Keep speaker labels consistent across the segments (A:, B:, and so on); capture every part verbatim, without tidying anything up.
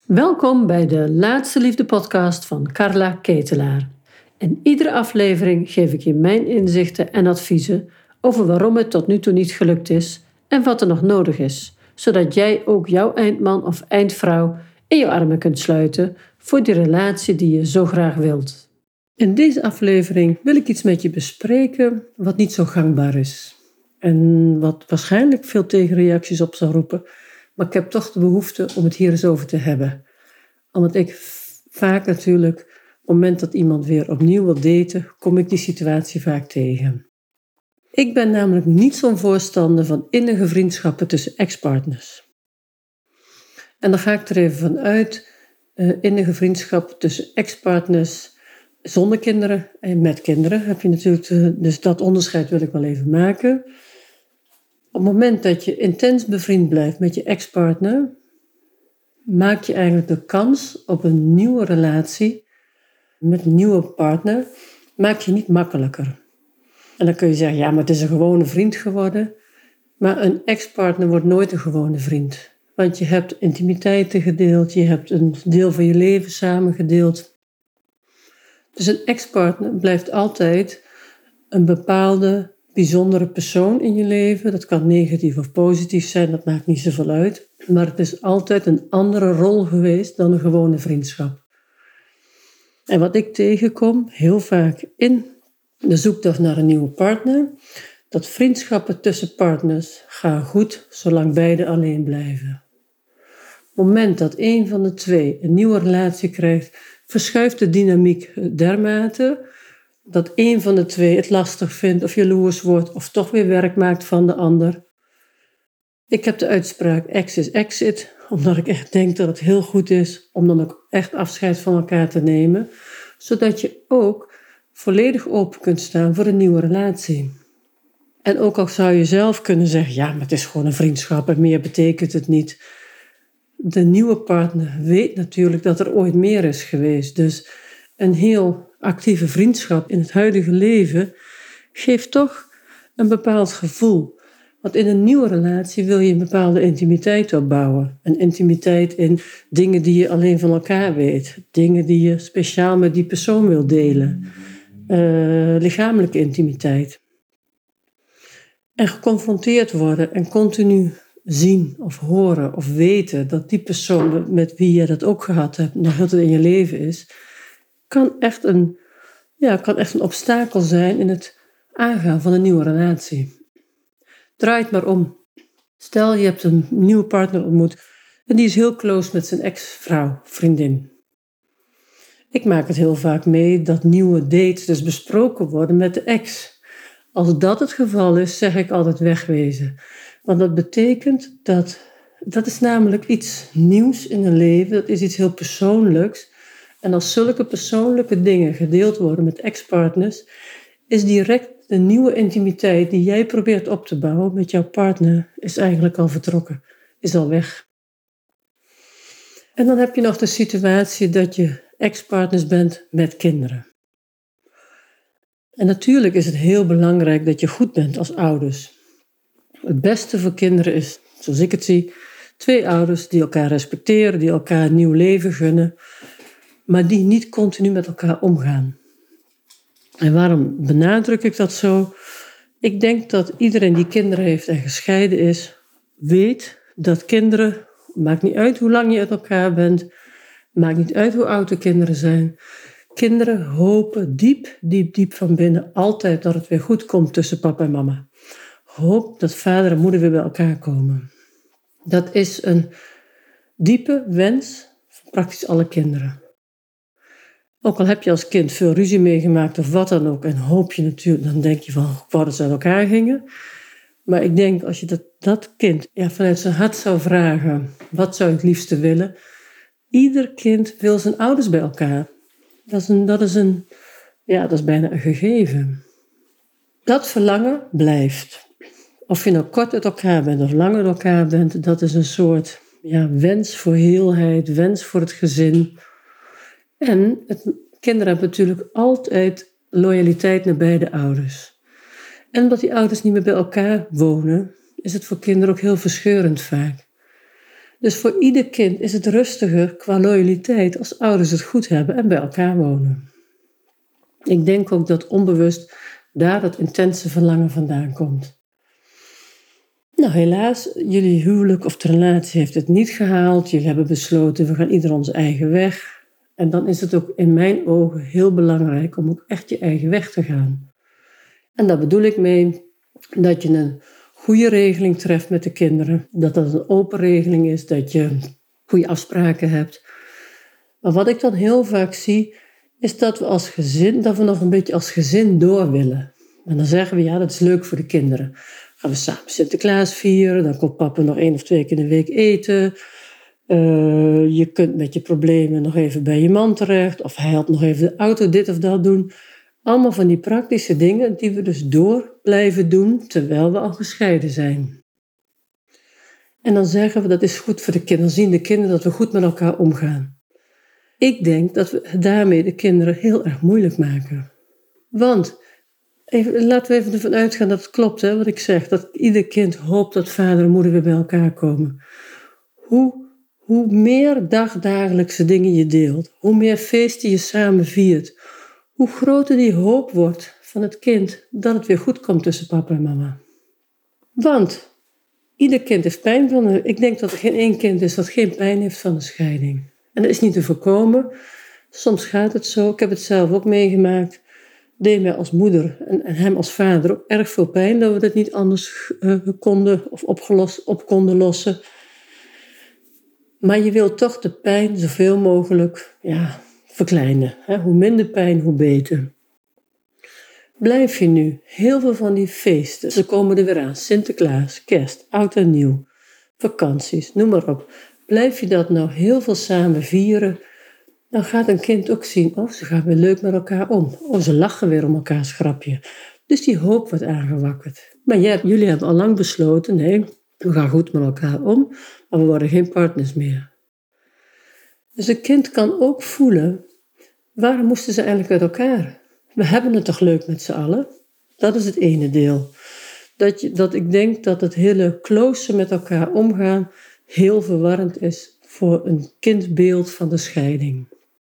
A: Welkom bij de Laatste Liefde podcast van Carla Ketelaar. In iedere aflevering geef ik je mijn inzichten en adviezen over waarom het tot nu toe niet gelukt is en wat er nog nodig is, zodat jij ook jouw eindman of eindvrouw in je armen kunt sluiten voor die relatie die je zo graag wilt. In deze aflevering wil ik iets met je bespreken wat niet zo gangbaar is en wat waarschijnlijk veel tegenreacties op zal roepen. Maar ik heb toch de behoefte om het hier eens over te hebben. Omdat ik vaak natuurlijk, op het moment dat iemand weer opnieuw wil daten, kom ik die situatie vaak tegen. Ik ben namelijk niet zo'n voorstander van innige vriendschappen tussen ex-partners. En dan ga ik er even van uit, uh, innige vriendschappen tussen ex-partners zonder kinderen en met kinderen. Heb je natuurlijk, uh, dus dat onderscheid wil ik wel even maken. Op het moment dat je intens bevriend blijft met je ex-partner, maak je eigenlijk de kans op een nieuwe relatie met een nieuwe partner, maak je niet makkelijker. En dan kun je zeggen, ja, maar het is een gewone vriend geworden. Maar een ex-partner wordt nooit een gewone vriend. Want je hebt intimiteiten gedeeld, je hebt een deel van je leven samen gedeeld. Dus een ex-partner blijft altijd een bepaalde bijzondere persoon in je leven. Dat kan negatief of positief zijn, dat maakt niet zoveel uit. Maar het is altijd een andere rol geweest dan een gewone vriendschap. En wat ik tegenkom, heel vaak in de zoektocht naar een nieuwe partner, dat vriendschappen tussen partners gaan goed zolang beide alleen blijven. Op het moment dat een van de twee een nieuwe relatie krijgt, verschuift de dynamiek dermate dat een van de twee het lastig vindt of jaloers wordt of toch weer werk maakt van de ander. Ik heb de uitspraak ex is exit, omdat ik echt denk dat het heel goed is om dan ook echt afscheid van elkaar te nemen, zodat je ook volledig open kunt staan voor een nieuwe relatie. En ook al zou je zelf kunnen zeggen, ja, maar het is gewoon een vriendschap en meer betekent het niet. De nieuwe partner weet natuurlijk dat er ooit meer is geweest, dus een heel actieve vriendschap in het huidige leven geeft toch een bepaald gevoel. Want in een nieuwe relatie wil je een bepaalde intimiteit opbouwen. Een intimiteit in dingen die je alleen van elkaar weet. Dingen die je speciaal met die persoon wil delen. Uh, lichamelijke intimiteit. En geconfronteerd worden en continu zien of horen of weten dat die persoon met wie je dat ook gehad hebt nog heel in je leven is, kan echt een, ja, kan echt een obstakel zijn in het aangaan van een nieuwe relatie. Draai het maar om. Stel, je hebt een nieuwe partner ontmoet en die is heel close met zijn ex-vrouw, vriendin. Ik maak het heel vaak mee dat nieuwe dates dus besproken worden met de ex. Als dat het geval is, zeg ik altijd wegwezen. Want dat betekent dat, dat is namelijk iets nieuws in een leven, dat is iets heel persoonlijks. En als zulke persoonlijke dingen gedeeld worden met ex-partners, is direct de nieuwe intimiteit die jij probeert op te bouwen met jouw partner, is eigenlijk al vertrokken, is al weg. En dan heb je nog de situatie dat je ex-partners bent met kinderen. En natuurlijk is het heel belangrijk dat je goed bent als ouders. Het beste voor kinderen is, zoals ik het zie, twee ouders die elkaar respecteren, die elkaar een nieuw leven gunnen, maar die niet continu met elkaar omgaan. En waarom benadruk ik dat zo? Ik denk dat iedereen die kinderen heeft en gescheiden is, weet dat kinderen, maakt niet uit hoe lang je uit elkaar bent, maakt niet uit hoe oud de kinderen zijn, kinderen hopen diep, diep, diep van binnen altijd dat het weer goed komt tussen papa en mama. Hoop dat vader en moeder weer bij elkaar komen. Dat is een diepe wens van praktisch alle kinderen. Ook al heb je als kind veel ruzie meegemaakt of wat dan ook, en hoop je natuurlijk, dan denk je van, ik wou dat ze uit elkaar gingen. Maar ik denk, als je dat, dat kind ja, vanuit zijn hart zou vragen, wat zou je het liefste willen? Ieder kind wil zijn ouders bij elkaar. Dat is een, dat is een, ja, dat is bijna een gegeven. Dat verlangen blijft. Of je nou kort uit elkaar bent of lang uit elkaar bent, dat is een soort ja, wens voor heelheid, wens voor het gezin. En het, kinderen hebben natuurlijk altijd loyaliteit naar beide ouders. En omdat die ouders niet meer bij elkaar wonen, is het voor kinderen ook heel verscheurend vaak. Dus voor ieder kind is het rustiger qua loyaliteit als ouders het goed hebben en bij elkaar wonen. Ik denk ook dat onbewust daar dat intense verlangen vandaan komt. Nou, helaas, jullie huwelijk of de relatie heeft het niet gehaald. Jullie hebben besloten, we gaan ieder onze eigen weg. En dan is het ook in mijn ogen heel belangrijk om ook echt je eigen weg te gaan. En daar bedoel ik mee dat je een goede regeling treft met de kinderen. Dat dat een open regeling is, dat je goede afspraken hebt. Maar wat ik dan heel vaak zie, is dat we als gezin, dat we nog een beetje als gezin door willen. En dan zeggen we, ja, dat is leuk voor de kinderen. Gaan we samen Sinterklaas vieren, dan komt papa nog één of twee keer in de week eten. Uh, je kunt met je problemen nog even bij je man terecht. Of hij had nog even de auto dit of dat doen. Allemaal van die praktische dingen die we dus door blijven doen terwijl we al gescheiden zijn. En dan zeggen we, dat is goed voor de kinderen. Dan zien de kinderen dat we goed met elkaar omgaan. Ik denk dat we daarmee de kinderen heel erg moeilijk maken. Want, even, laten we even ervan uitgaan dat het klopt, hè, wat ik zeg. Dat ieder kind hoopt dat vader en moeder weer bij elkaar komen. Hoe, hoe meer dagdagelijkse dingen je deelt, hoe meer feesten je samen viert, hoe groter die hoop wordt van het kind dat het weer goed komt tussen papa en mama. Want ieder kind heeft pijn van een, ik denk dat er geen één kind is dat geen pijn heeft van een scheiding. En dat is niet te voorkomen. Soms gaat het zo. Ik heb het zelf ook meegemaakt. Deed mij als moeder en, en hem als vader ook erg veel pijn dat we dat niet anders uh, konden of opgelost, op konden lossen. Maar je wilt toch de pijn zoveel mogelijk ja, verkleinen. Hè? Hoe minder pijn, hoe beter. Blijf je nu heel veel van die feesten. Ze komen er weer aan. Sinterklaas, kerst, oud en nieuw, vakanties, noem maar op. Blijf je dat nou heel veel samen vieren, dan gaat een kind ook zien, oh, ze gaan weer leuk met elkaar om. Oh, ze lachen weer om elkaars grapje. Dus die hoop wordt aangewakkerd. Maar jij, jullie hebben al lang besloten, nee, we gaan goed met elkaar om, maar we worden geen partners meer. Dus een kind kan ook voelen, waarom moesten ze eigenlijk uit elkaar? We hebben het toch leuk met z'n allen? Dat is het ene deel. Dat, je, dat ik denk dat het hele close met elkaar omgaan heel verwarrend is voor een kindbeeld van de scheiding.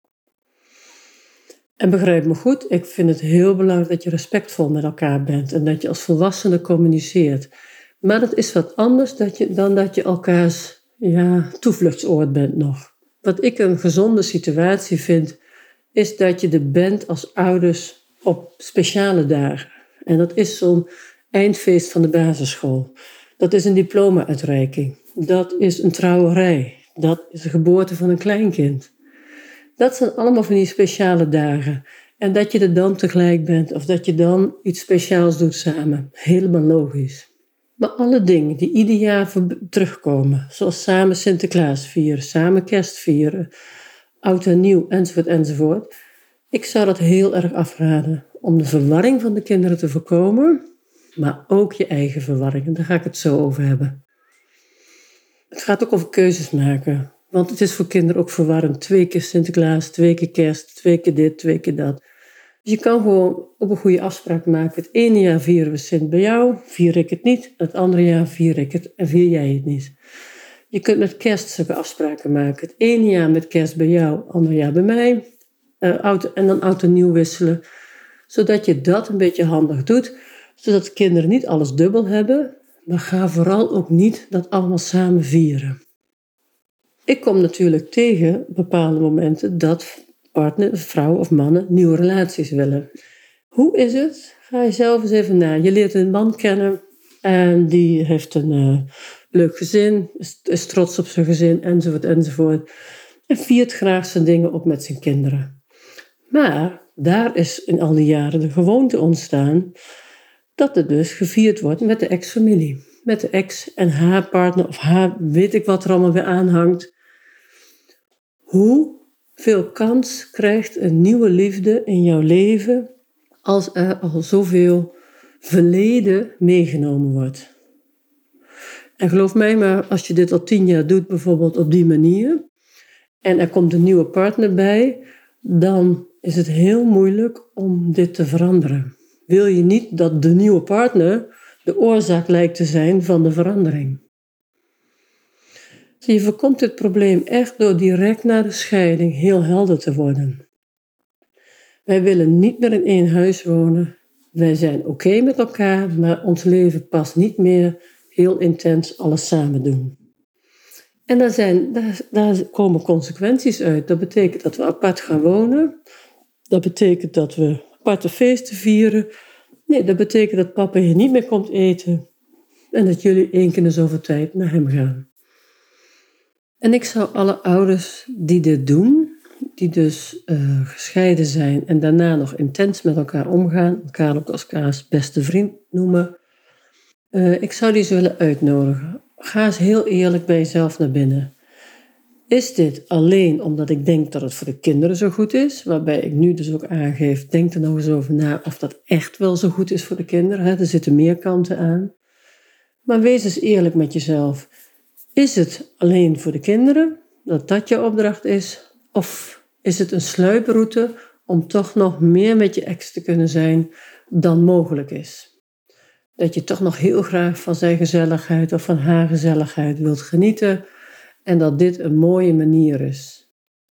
A: En begrijp me goed, ik vind het heel belangrijk dat je respectvol met elkaar bent en dat je als volwassenen communiceert. Maar dat is wat anders dat je, dan dat je elkaars ja, toevluchtsoord bent nog. Wat ik een gezonde situatie vind, is dat je er bent als ouders op speciale dagen. En dat is zo'n eindfeest van de basisschool. Dat is een diploma-uitreiking. Dat is een trouwerij. Dat is de geboorte van een kleinkind. Dat zijn allemaal van die speciale dagen. En dat je er dan tegelijk bent of dat je dan iets speciaals doet samen. Helemaal logisch. Maar alle dingen die ieder jaar terugkomen, zoals samen Sinterklaas vieren, samen kerst vieren, oud en nieuw, enzovoort, enzovoort. Ik zou dat heel erg afraden om de verwarring van de kinderen te voorkomen, maar ook je eigen verwarring. En daar ga ik het zo over hebben. Het gaat ook over keuzes maken. Want het is voor kinderen ook verwarrend. Twee keer Sinterklaas, twee keer kerst, twee keer dit, twee keer dat. Dus je kan gewoon ook een goede afspraak maken. Het ene jaar vieren we Sint bij jou, vier ik het niet. Het andere jaar vier ik het en vier jij het niet. Je kunt met kerst zulke afspraken maken. Het ene jaar met kerst bij jou, het andere jaar bij mij. Uh, oud, en dan oud en nieuw wisselen. Zodat je dat een beetje handig doet. Zodat de kinderen niet alles dubbel hebben. Maar ga vooral ook niet dat allemaal samen vieren. Ik kom natuurlijk tegen bepaalde momenten dat partner, vrouwen of mannen nieuwe relaties willen. Hoe is het? Ga je zelf eens even na. Je leert een man kennen en die heeft een uh, leuk gezin, is, is trots op zijn gezin, enzovoort, enzovoort. En viert graag zijn dingen op met zijn kinderen. Maar daar is in al die jaren de gewoonte ontstaan dat het dus gevierd wordt met de ex-familie. Met de ex en haar partner of haar, weet ik wat er allemaal weer aanhangt. Hoeveel kans krijgt een nieuwe liefde in jouw leven als er al zoveel verleden meegenomen wordt? En geloof mij maar, als je dit al tien jaar doet, bijvoorbeeld op die manier, en er komt een nieuwe partner bij, dan is het heel moeilijk om dit te veranderen. Wil je niet dat de nieuwe partner de oorzaak lijkt te zijn van de verandering? Je voorkomt dit probleem echt door direct na de scheiding heel helder te worden. Wij willen niet meer in één huis wonen. Wij zijn oké met elkaar, maar ons leven past niet meer heel intens alles samen doen. En daar, zijn, daar, daar komen consequenties uit. Dat betekent dat we apart gaan wonen. Dat betekent dat we aparte feesten vieren. Nee, dat betekent dat papa hier niet meer komt eten. En dat jullie één keer in de zoveel tijd naar hem gaan. En ik zou alle ouders die dit doen, die dus uh, gescheiden zijn en daarna nog intens met elkaar omgaan, elkaar ook als elkaars beste vriend noemen, uh, ik zou die ze willen uitnodigen. Ga eens heel eerlijk bij jezelf naar binnen. Is dit alleen omdat ik denk dat het voor de kinderen zo goed is, waarbij ik nu dus ook aangeef, denk er nog eens over na of dat echt wel zo goed is voor de kinderen. Hè? Er zitten meer kanten aan. Maar wees eens eerlijk met jezelf. Is het alleen voor de kinderen, dat dat je opdracht is? Of is het een sluiproute om toch nog meer met je ex te kunnen zijn dan mogelijk is? Dat je toch nog heel graag van zijn gezelligheid of van haar gezelligheid wilt genieten en dat dit een mooie manier is.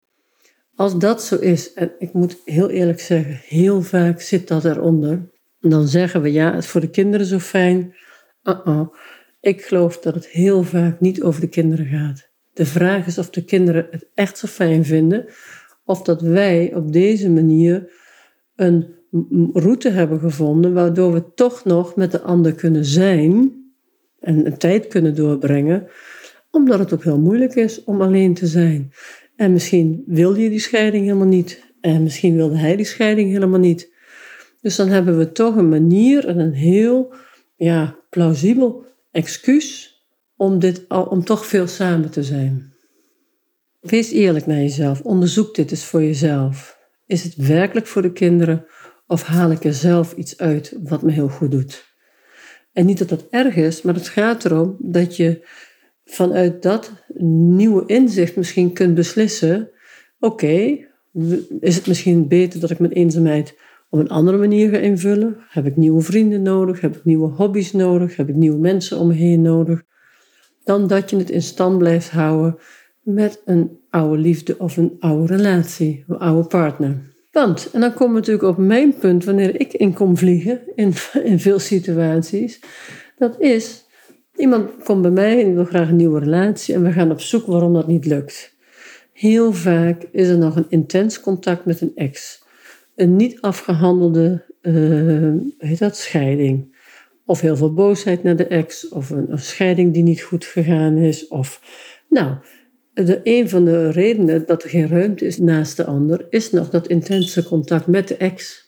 A: Als dat zo is, en ik moet heel eerlijk zeggen, heel vaak zit dat eronder, dan zeggen we ja, het is voor de kinderen zo fijn. Uh-uh. Ik geloof dat het heel vaak niet over de kinderen gaat. De vraag is of de kinderen het echt zo fijn vinden, of dat wij op deze manier een route hebben gevonden, waardoor we toch nog met de ander kunnen zijn en een tijd kunnen doorbrengen, omdat het ook heel moeilijk is om alleen te zijn. En misschien wil je die scheiding helemaal niet, en misschien wilde hij die scheiding helemaal niet. Dus dan hebben we toch een manier en een heel ja, plausibel excuus om, dit, om toch veel samen te zijn. Wees eerlijk naar jezelf. Onderzoek dit eens voor jezelf. Is het werkelijk voor de kinderen of haal ik er zelf iets uit wat me heel goed doet? En niet dat dat erg is, maar het gaat erom dat je vanuit dat nieuwe inzicht misschien kunt beslissen, oké, okay, is het misschien beter dat ik mijn eenzaamheid op een andere manier ga invullen? Heb ik nieuwe vrienden nodig? Heb ik nieuwe hobby's nodig? Heb ik nieuwe mensen om me heen nodig? Dan dat je het in stand blijft houden met een oude liefde of een oude relatie, een oude partner. Want, en dan komen we natuurlijk op mijn punt wanneer ik in kom vliegen, in, in veel situaties, dat is, iemand komt bij mij en die wil graag een nieuwe relatie en we gaan op zoek waarom dat niet lukt. Heel vaak is er nog een intens contact met een ex. Een niet afgehandelde uh, heet dat, scheiding. Of heel veel boosheid naar de ex. Of een, een scheiding die niet goed gegaan is. Of, nou, de, een van de redenen dat er geen ruimte is naast de ander, is nog dat intense contact met de ex.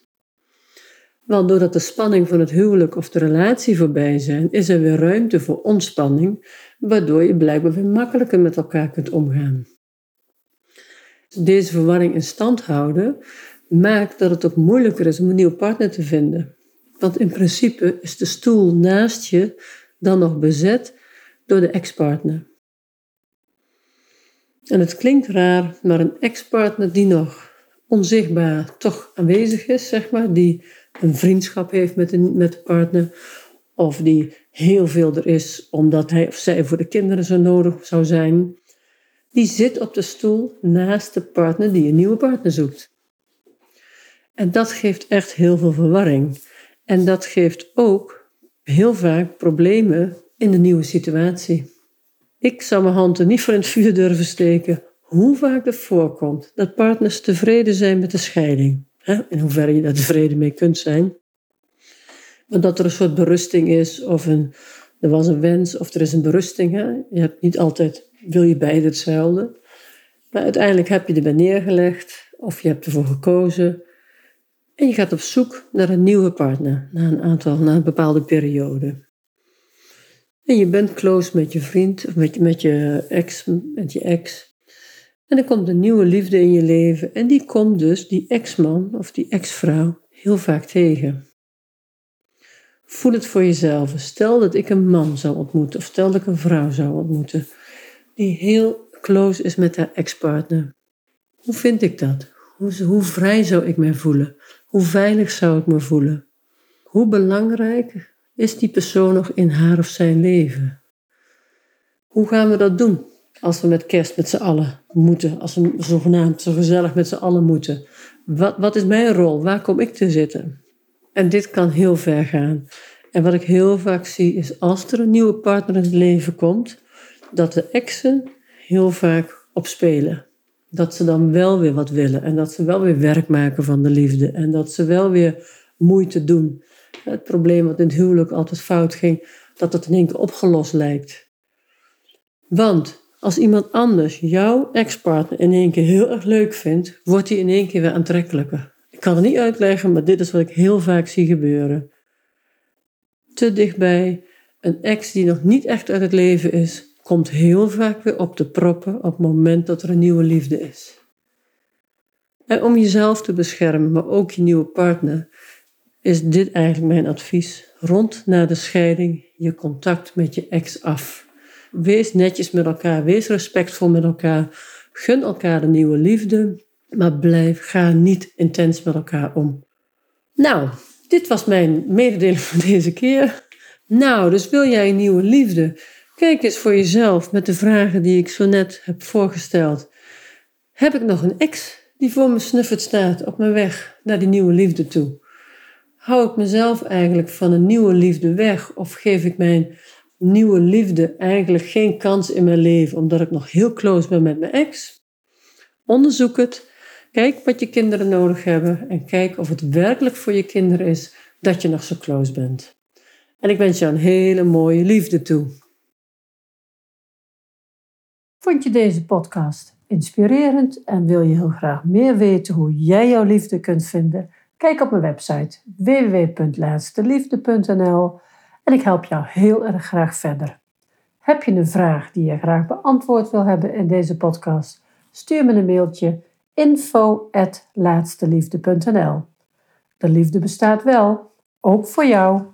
A: Want doordat de spanning van het huwelijk of de relatie voorbij zijn, is er weer ruimte voor ontspanning, waardoor je blijkbaar weer makkelijker met elkaar kunt omgaan. Deze verwarring in stand houden maakt dat het ook moeilijker is om een nieuwe partner te vinden. Want in principe is de stoel naast je dan nog bezet door de ex-partner. En het klinkt raar, maar een ex-partner die nog onzichtbaar toch aanwezig is, zeg maar, die een vriendschap heeft met de, met de partner, of die heel veel er is omdat hij of zij voor de kinderen zo nodig zou zijn, die zit op de stoel naast de partner die een nieuwe partner zoekt. En dat geeft echt heel veel verwarring. En dat geeft ook heel vaak problemen in de nieuwe situatie. Ik zou mijn hand er niet voor in het vuur durven steken hoe vaak het voorkomt dat partners tevreden zijn met de scheiding. In hoeverre je daar tevreden mee kunt zijn. Maar dat er een soort berusting is, of een, er was een wens, of er is een berusting. Hè? Je hebt niet altijd, wil je beide hetzelfde. Maar uiteindelijk heb je erbij neergelegd, of je hebt ervoor gekozen. En je gaat op zoek naar een nieuwe partner, na een aantal, na een bepaalde periode. En je bent close met je vriend, of met, met je ex, met je ex. En er komt een nieuwe liefde in je leven. En die komt dus die ex-man of die ex-vrouw heel vaak tegen. Voel het voor jezelf. Stel dat ik een man zou ontmoeten, of stel dat ik een vrouw zou ontmoeten, die heel close is met haar ex-partner. Hoe vind ik dat? Hoe, hoe vrij zou ik me voelen? Hoe veilig zou ik me voelen? Hoe belangrijk is die persoon nog in haar of zijn leven? Hoe gaan we dat doen? Als we met kerst met z'n allen moeten. Als we zogenaamd zo gezellig met z'n allen moeten. Wat, wat is mijn rol? Waar kom ik te zitten? En dit kan heel ver gaan. En wat ik heel vaak zie is als er een nieuwe partner in het leven komt, dat de exen heel vaak opspelen. Dat ze dan wel weer wat willen. En dat ze wel weer werk maken van de liefde. En dat ze wel weer moeite doen. Het probleem wat in het huwelijk altijd fout ging, dat het in één keer opgelost lijkt. Want als iemand anders jouw ex-partner in één keer heel erg leuk vindt, wordt hij in één keer weer aantrekkelijker. Ik kan het niet uitleggen, maar dit is wat ik heel vaak zie gebeuren. Te dichtbij, een ex die nog niet echt uit het leven is, komt heel vaak weer op de proppen op het moment dat er een nieuwe liefde is. En om jezelf te beschermen, maar ook je nieuwe partner, is dit eigenlijk mijn advies. Rond na de scheiding je contact met je ex af. Wees netjes met elkaar, wees respectvol met elkaar. Gun elkaar de nieuwe liefde, maar blijf, ga niet intens met elkaar om. Nou, dit was mijn mededeling van deze keer. Nou, dus wil jij een nieuwe liefde? Kijk eens voor jezelf met de vragen die ik zo net heb voorgesteld. Heb ik nog een ex die voor me snuffert staat op mijn weg naar die nieuwe liefde toe? Hou ik mezelf eigenlijk van een nieuwe liefde weg? Of geef ik mijn nieuwe liefde eigenlijk geen kans in mijn leven omdat ik nog heel close ben met mijn ex? Onderzoek het. Kijk wat je kinderen nodig hebben en kijk of het werkelijk voor je kinderen is dat je nog zo close bent. En ik wens je een hele mooie liefde toe. Vond je deze podcast inspirerend en wil je heel graag meer weten hoe jij jouw liefde kunt vinden? Kijk op mijn website w w w punt laatsteliefde punt n l en ik help jou heel erg graag verder. Heb je een vraag die je graag beantwoord wil hebben in deze podcast? Stuur me een mailtje info at laatsteliefde punt n l. De liefde bestaat wel, ook voor jou.